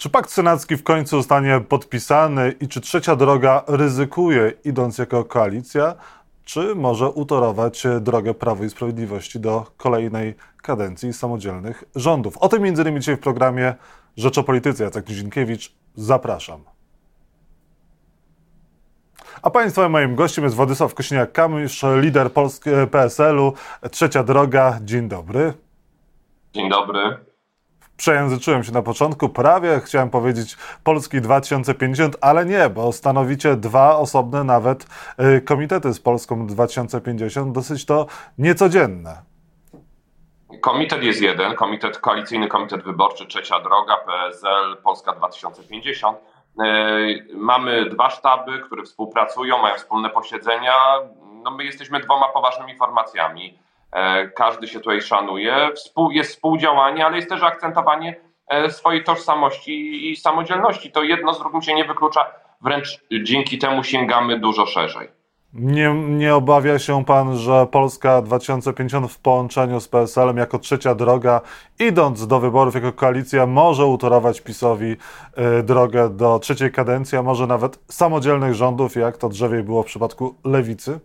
Czy pakt senacki w końcu zostanie podpisany i czy Trzecia Droga ryzykuje, idąc jako koalicja, czy może utorować drogę Prawu i Sprawiedliwości do kolejnej kadencji samodzielnych rządów? O tym m.in. dzisiaj w programie Rzecz o Polityce. Jacek Nizinkiewicz, zapraszam. A Państwa moim gościem jest Władysław Kosiniak-Kamysz, lider PSL-u, Trzecia Droga. Dzień dobry. Dzień dobry. Przejęzyczyłem się na początku, prawie chciałem powiedzieć Polski 2050, ale nie, bo stanowicie dwa osobne nawet komitety z Polską 2050, dosyć to niecodzienne. Komitet jest jeden, koalicyjny komitet wyborczy Trzecia Droga, PSL, Polska 2050. Mamy dwa sztaby, które współpracują, mają wspólne posiedzenia. My jesteśmy dwoma poważnymi formacjami. Każdy się tutaj szanuje. Jest współdziałanie, ale jest też akcentowanie swojej tożsamości i samodzielności. To jedno z drugim się nie wyklucza, wręcz dzięki temu sięgamy dużo szerzej. Nie obawia się pan, że Polska 2050 w połączeniu z PSL-em jako Trzecia Droga, idąc do wyborów jako koalicja, może utorować PiS-owi drogę do trzeciej kadencji, a może nawet samodzielnych rządów, jak to drzewiej było w przypadku Lewicy?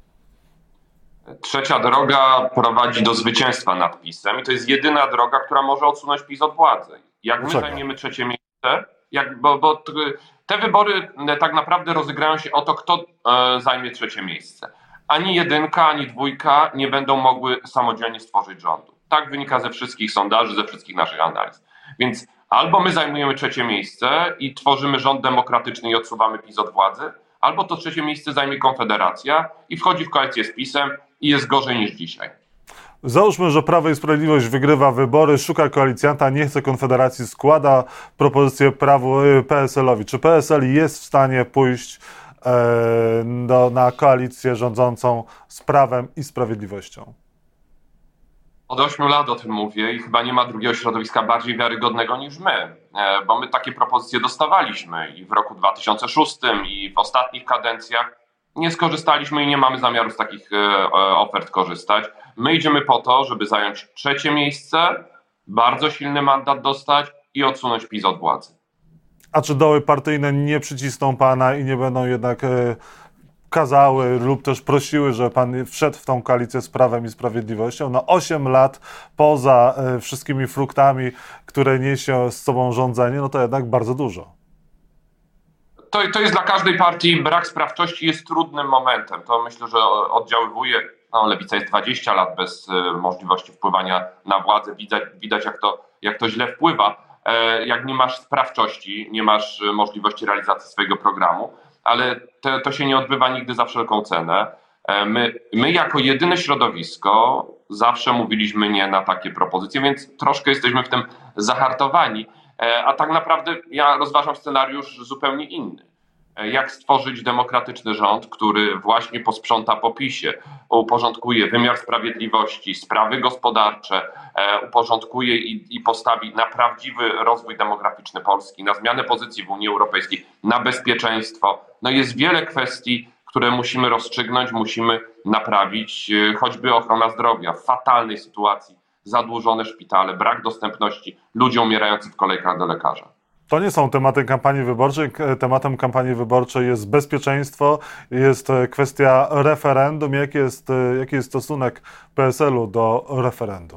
Trzecia Droga prowadzi do zwycięstwa nad PiS-em i to jest jedyna droga, która może odsunąć PiS od władzy. Jak my zajmiemy trzecie miejsce, bo te wybory tak naprawdę rozegrają się o to, kto zajmie trzecie miejsce. Ani jedynka, ani dwójka nie będą mogły samodzielnie stworzyć rządu. Tak wynika ze wszystkich sondaży, ze wszystkich naszych analiz. Więc albo my zajmujemy trzecie miejsce i tworzymy rząd demokratyczny i odsuwamy PiS od władzy, albo to trzecie miejsce zajmie Konfederacja i wchodzi w koalicję z PiS-em i jest gorzej niż dzisiaj. Załóżmy, że Prawo i Sprawiedliwość wygrywa wybory, szuka koalicjanta, nie chce Konfederacji, składa propozycję PSL-owi. Czy PSL jest w stanie pójść na koalicję rządzącą z Prawem i Sprawiedliwością? Od 8 lat o tym mówię i chyba nie ma drugiego środowiska bardziej wiarygodnego niż my, bo my takie propozycje dostawaliśmy i w roku 2006 i w ostatnich kadencjach. Nie skorzystaliśmy i nie mamy zamiaru z takich ofert korzystać. My idziemy po to, żeby zająć trzecie miejsce, bardzo silny mandat dostać i odsunąć PiS od władzy. A czy doły partyjne nie przycisną pana i nie będą jednak kazały lub też prosiły, że pan wszedł w tą koalicję z Prawem i Sprawiedliwością? 8 lat poza wszystkimi fruktami, które niesie z sobą rządzenie, to jednak bardzo dużo. To jest dla każdej partii, brak sprawczości jest trudnym momentem. To myślę, że oddziaływuje. Lewica jest 20 lat bez możliwości wpływania na władzę. Widać jak to źle wpływa. Jak nie masz sprawczości, nie masz możliwości realizacji swojego programu, ale to się nie odbywa nigdy za wszelką cenę. My jako jedyne środowisko zawsze mówiliśmy nie na takie propozycje, więc troszkę jesteśmy w tym zahartowani. A tak naprawdę ja rozważam scenariusz zupełnie inny. Jak stworzyć demokratyczny rząd, który właśnie posprząta po PiS-ie, uporządkuje wymiar sprawiedliwości, sprawy gospodarcze, uporządkuje i postawi na prawdziwy rozwój demograficzny Polski, na zmianę pozycji w Unii Europejskiej, na bezpieczeństwo. Jest wiele kwestii, które musimy rozstrzygnąć, musimy naprawić, choćby ochrona zdrowia w fatalnej sytuacji. Zadłużone szpitale, brak dostępności, ludzie umierający w kolejkach do lekarza. To nie są tematy kampanii wyborczej. Tematem kampanii wyborczej jest bezpieczeństwo, jest kwestia referendum. Jaki jest stosunek PSL-u do referendum?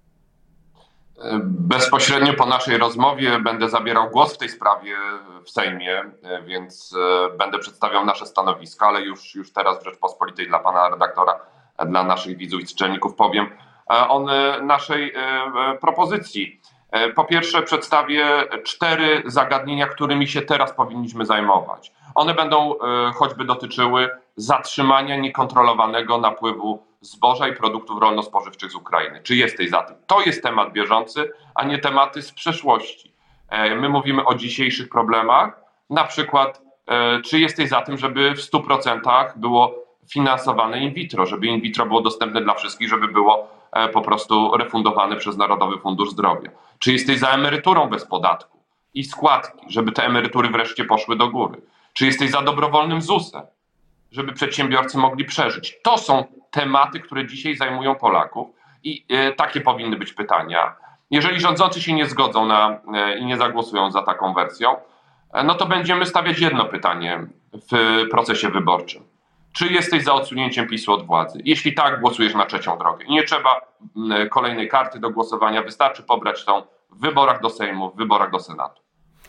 Bezpośrednio po naszej rozmowie będę zabierał głos w tej sprawie w Sejmie, więc będę przedstawiał nasze stanowiska, ale już teraz w Rzeczpospolitej dla pana redaktora, dla naszych widzów i czytelników powiem o naszej propozycji. Po pierwsze przedstawię 4 zagadnienia, którymi się teraz powinniśmy zajmować. One będą choćby dotyczyły zatrzymania niekontrolowanego napływu zboża i produktów rolno-spożywczych z Ukrainy. Czy jesteś za tym? To jest temat bieżący, a nie tematy z przeszłości. My mówimy o dzisiejszych problemach, na przykład czy jesteś za tym, żeby w 100% było finansowane in vitro, żeby in vitro było dostępne dla wszystkich, żeby było po prostu refundowane przez Narodowy Fundusz Zdrowia. Czy jesteś za emeryturą bez podatku i składki, żeby te emerytury wreszcie poszły do góry? Czy jesteś za dobrowolnym ZUS-em, żeby przedsiębiorcy mogli przeżyć? To są tematy, które dzisiaj zajmują Polaków i takie powinny być pytania. Jeżeli rządzący się nie zgodzą i nie zagłosują za taką wersją, no to będziemy stawiać jedno pytanie w procesie wyborczym. Czy jesteś za odsunięciem PiS-u od władzy? Jeśli tak, głosujesz na trzecią drogę. I nie trzeba kolejnej karty do głosowania, wystarczy pobrać tą w wyborach do Sejmu, w wyborach do Senatu.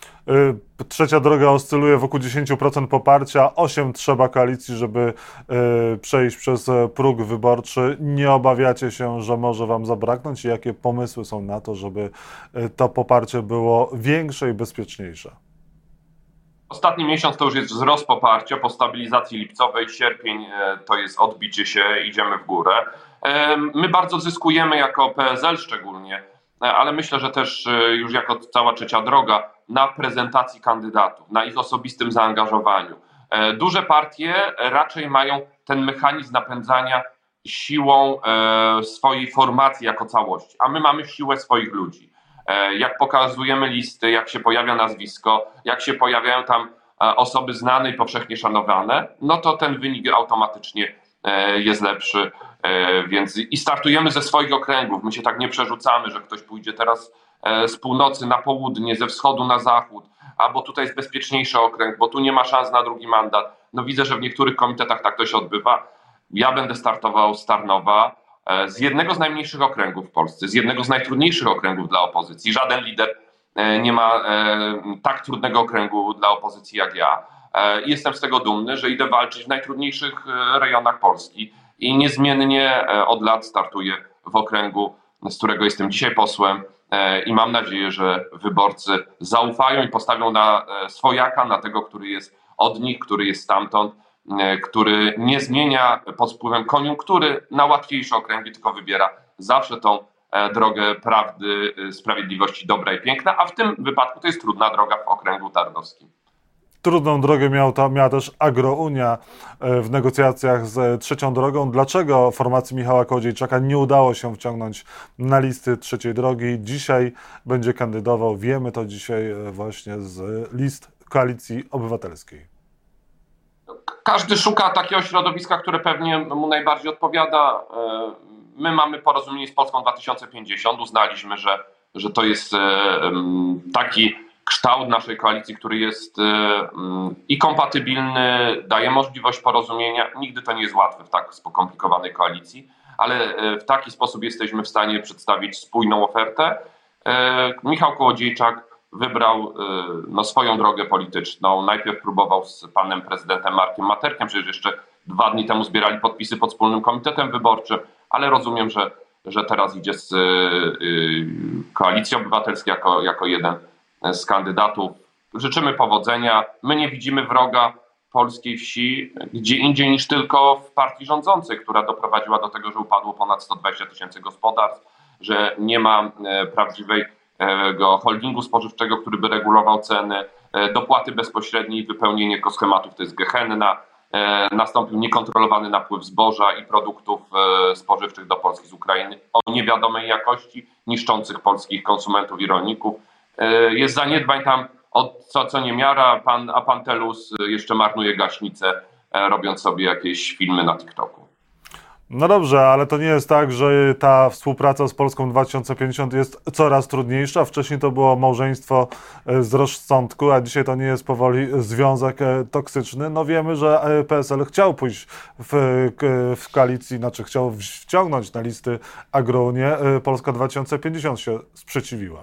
Trzecia droga oscyluje wokół 10% poparcia, 8 trzeba koalicji, żeby przejść przez próg wyborczy. Nie obawiacie się, że może wam zabraknąć i jakie pomysły są na to, żeby to poparcie było większe i bezpieczniejsze? Ostatni miesiąc to już jest wzrost poparcia po stabilizacji lipcowej, sierpień to jest odbicie się, idziemy w górę. My bardzo zyskujemy jako PSL szczególnie, ale myślę, że też już jako cała trzecia droga na prezentacji kandydatów, na ich osobistym zaangażowaniu. Duże partie raczej mają ten mechanizm napędzania siłą swojej formacji jako całości, a my mamy siłę swoich ludzi. Jak pokazujemy listy, jak się pojawia nazwisko, jak się pojawiają tam osoby znane i powszechnie szanowane, no to ten wynik automatycznie jest lepszy. Więc i startujemy ze swoich okręgów. My się tak nie przerzucamy, że ktoś pójdzie teraz z północy na południe, ze wschodu na zachód, albo tutaj jest bezpieczniejszy okręg, bo tu nie ma szans na drugi mandat. No widzę, że w niektórych komitetach tak to się odbywa. Ja będę startował z Tarnowa, z jednego z najmniejszych okręgów w Polsce, z jednego z najtrudniejszych okręgów dla opozycji. Żaden lider nie ma tak trudnego okręgu dla opozycji jak ja. Jestem z tego dumny, że idę walczyć w najtrudniejszych rejonach Polski i niezmiennie od lat startuję w okręgu, z którego jestem dzisiaj posłem i mam nadzieję, że wyborcy zaufają i postawią na swojaka, na tego, który jest od nich, który jest stamtąd, który nie zmienia pod wpływem koniunktury na łatwiejsze okręgi, tylko wybiera zawsze tą drogę prawdy, sprawiedliwości, dobra i piękna, a w tym wypadku to jest trudna droga w okręgu tarnowskim. Trudną drogę miała też Agrounia w negocjacjach z trzecią drogą. Dlaczego formacji Michała Kołodziejczaka nie udało się wciągnąć na listy trzeciej drogi? Dzisiaj będzie kandydował, wiemy to dzisiaj właśnie z list Koalicji Obywatelskiej. Każdy szuka takiego środowiska, które pewnie mu najbardziej odpowiada. My mamy porozumienie z Polską 2050. Uznaliśmy, że to jest taki kształt naszej koalicji, który jest i kompatybilny, daje możliwość porozumienia. Nigdy to nie jest łatwe w tak skomplikowanej koalicji, ale w taki sposób jesteśmy w stanie przedstawić spójną ofertę. Michał Kołodziejczak wybrał swoją drogę polityczną. Najpierw próbował z panem prezydentem Markiem Materkiem, przecież jeszcze 2 dni temu zbierali podpisy pod wspólnym komitetem wyborczym, ale rozumiem, że teraz idzie z Koalicji Obywatelskiej jako jeden z kandydatów. Życzymy powodzenia. My nie widzimy wroga polskiej wsi gdzie indziej niż tylko w partii rządzącej, która doprowadziła do tego, że upadło ponad 120 000 gospodarstw, że nie ma prawdziwego holdingu spożywczego, który by regulował ceny, dopłaty bezpośrednie i wypełnienie schematów to jest gehenna. Nastąpił niekontrolowany napływ zboża i produktów spożywczych do Polski z Ukrainy o niewiadomej jakości, niszczących polskich konsumentów i rolników. Jest zaniedbań tam co niemiara, a pan Telus jeszcze marnuje gaśnicę, robiąc sobie jakieś filmy na TikToku. No dobrze, ale to nie jest tak, że ta współpraca z Polską 2050 jest coraz trudniejsza. Wcześniej to było małżeństwo z rozsądku, a dzisiaj to nie jest powoli związek toksyczny. No wiemy, że PSL chciał pójść w koalicji, znaczy chciał wciągnąć na listy Agrounię. Polska 2050 się sprzeciwiła.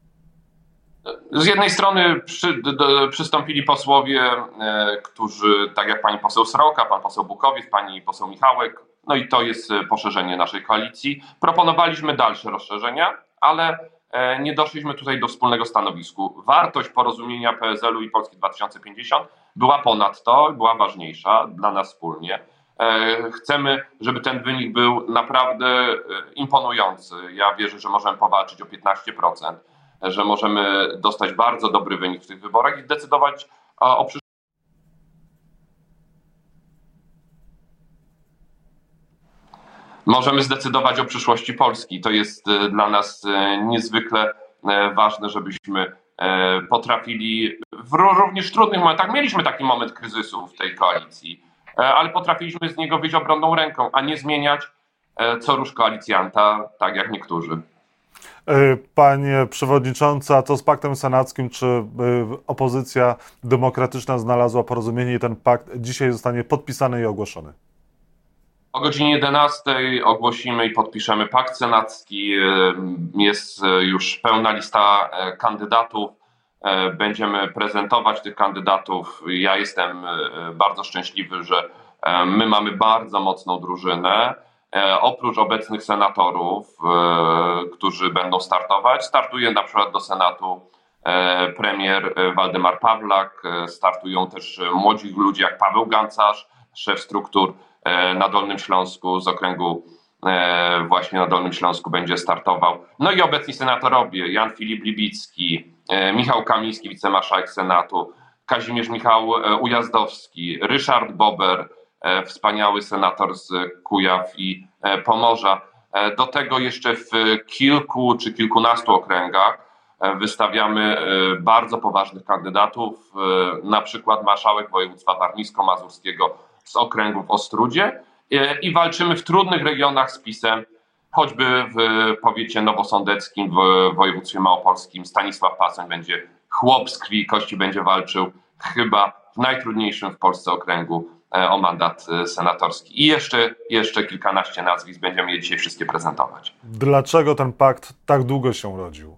Z jednej strony przystąpili posłowie, którzy, tak jak pani poseł Sroka, pan poseł Bukowiec, pani poseł Michałek, no i to jest poszerzenie naszej koalicji. Proponowaliśmy dalsze rozszerzenia, ale nie doszliśmy tutaj do wspólnego stanowisku. Wartość porozumienia PSL-u i Polski 2050 była ponad to, była ważniejsza dla nas wspólnie. Chcemy, żeby ten wynik był naprawdę imponujący. Ja wierzę, że możemy powalczyć o 15%. Że możemy dostać bardzo dobry wynik w tych wyborach i decydować o przyszłości. Możemy zdecydować o przyszłości Polski. To jest dla nas niezwykle ważne, żebyśmy potrafili również w trudnych momentach, mieliśmy taki moment kryzysu w tej koalicji, ale potrafiliśmy z niego wyjść obronną ręką, a nie zmieniać co rusz koalicjanta, tak jak niektórzy. Panie przewodniczący, a co z paktem senackim? Czy opozycja demokratyczna znalazła porozumienie i ten pakt dzisiaj zostanie podpisany i ogłoszony? O godzinie 11 ogłosimy i podpiszemy pakt senacki. Jest już pełna lista kandydatów. Będziemy prezentować tych kandydatów. Ja jestem bardzo szczęśliwy, że my mamy bardzo mocną drużynę. Oprócz obecnych senatorów, którzy będą startować, startuje na przykład do Senatu premier Waldemar Pawlak, startują też młodzi ludzie jak Paweł Gancarz, szef struktur na Dolnym Śląsku, z okręgu właśnie na Dolnym Śląsku będzie startował. No i obecni senatorowie: Jan Filip Libicki, Michał Kamiński, wicemarszałek Senatu, Kazimierz Michał Ujazdowski, Ryszard Bober, wspaniały senator z Kujaw i Pomorza. Do tego jeszcze w kilku czy kilkunastu okręgach wystawiamy bardzo poważnych kandydatów, na przykład marszałek województwa warmińsko-mazurskiego z okręgu w Ostródzie, i walczymy w trudnych regionach z PiS-em, choćby w powiecie nowosądeckim, w województwie małopolskim. Stanisław Pasoń będzie, chłop z krwi i kości, będzie walczył chyba w najtrudniejszym w Polsce okręgu o mandat senatorski. I jeszcze kilkanaście nazwisk, będziemy je dzisiaj wszystkie prezentować. Dlaczego ten pakt tak długo się rodził?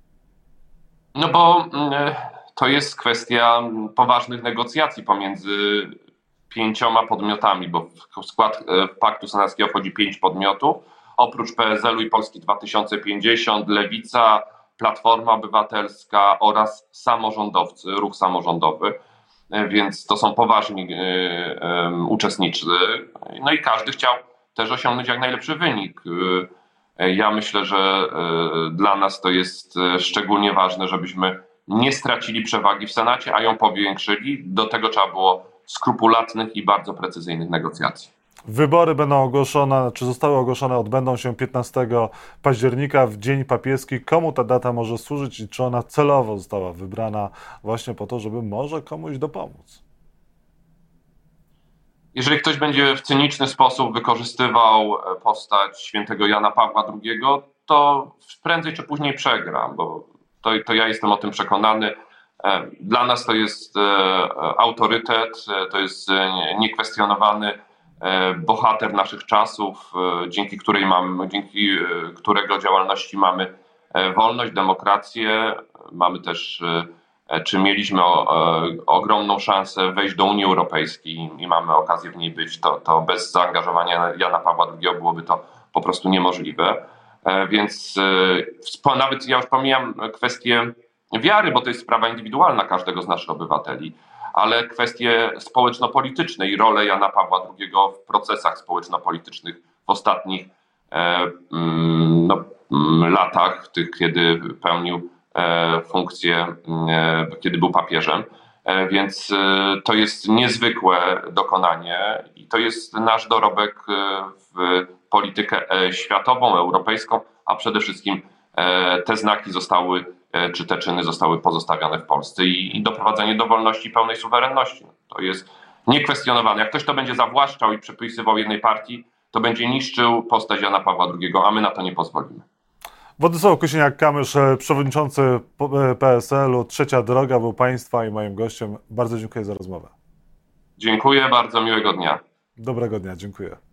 No bo to jest kwestia poważnych negocjacji pomiędzy 5 podmiotami, bo w skład paktu senackiego wchodzi 5 podmiotów. Oprócz PSL-u i Polski 2050, Lewica, Platforma Obywatelska oraz samorządowcy, ruch samorządowy. Więc to są poważni uczestnicy. No i każdy chciał też osiągnąć jak najlepszy wynik. Ja myślę, że dla nas to jest szczególnie ważne, żebyśmy nie stracili przewagi w Senacie, a ją powiększyli. Do tego trzeba było skrupulatnych i bardzo precyzyjnych negocjacji. Wybory będą ogłoszone, czy zostały ogłoszone, odbędą się 15 października w Dzień Papieski. Komu ta data może służyć i czy ona celowo została wybrana właśnie po to, żeby może komuś dopomóc? Jeżeli ktoś będzie w cyniczny sposób wykorzystywał postać świętego Jana Pawła II, to prędzej czy później przegra, bo to ja jestem o tym przekonany. Dla nas to jest autorytet, to jest niekwestionowany bohater naszych czasów, dzięki którego działalności mamy wolność, demokrację. Mamy też, czy mieliśmy ogromną szansę wejść do Unii Europejskiej i mamy okazję w niej być. To bez zaangażowania Jana Pawła II byłoby to po prostu niemożliwe. Więc nawet ja już pomijam kwestię wiary, bo to jest sprawa indywidualna każdego z naszych obywateli, ale kwestie społeczno-polityczne i rolę Jana Pawła II w procesach społeczno-politycznych w ostatnich latach, kiedy pełnił funkcję, kiedy był papieżem. Więc to jest niezwykłe dokonanie i to jest nasz dorobek w politykę światową, europejską, a przede wszystkim te znaki czy te czyny zostały pozostawione w Polsce i doprowadzenie do wolności i pełnej suwerenności. To jest niekwestionowane. Jak ktoś to będzie zawłaszczał i przypisywał jednej partii, to będzie niszczył postać Jana Pawła II, a my na to nie pozwolimy. Władysław Kosiniak-Kamysz, przewodniczący PSL-u, Trzecia Droga, był Państwa i moim gościem. Bardzo dziękuję za rozmowę. Dziękuję, bardzo miłego dnia. Dobrego dnia, dziękuję.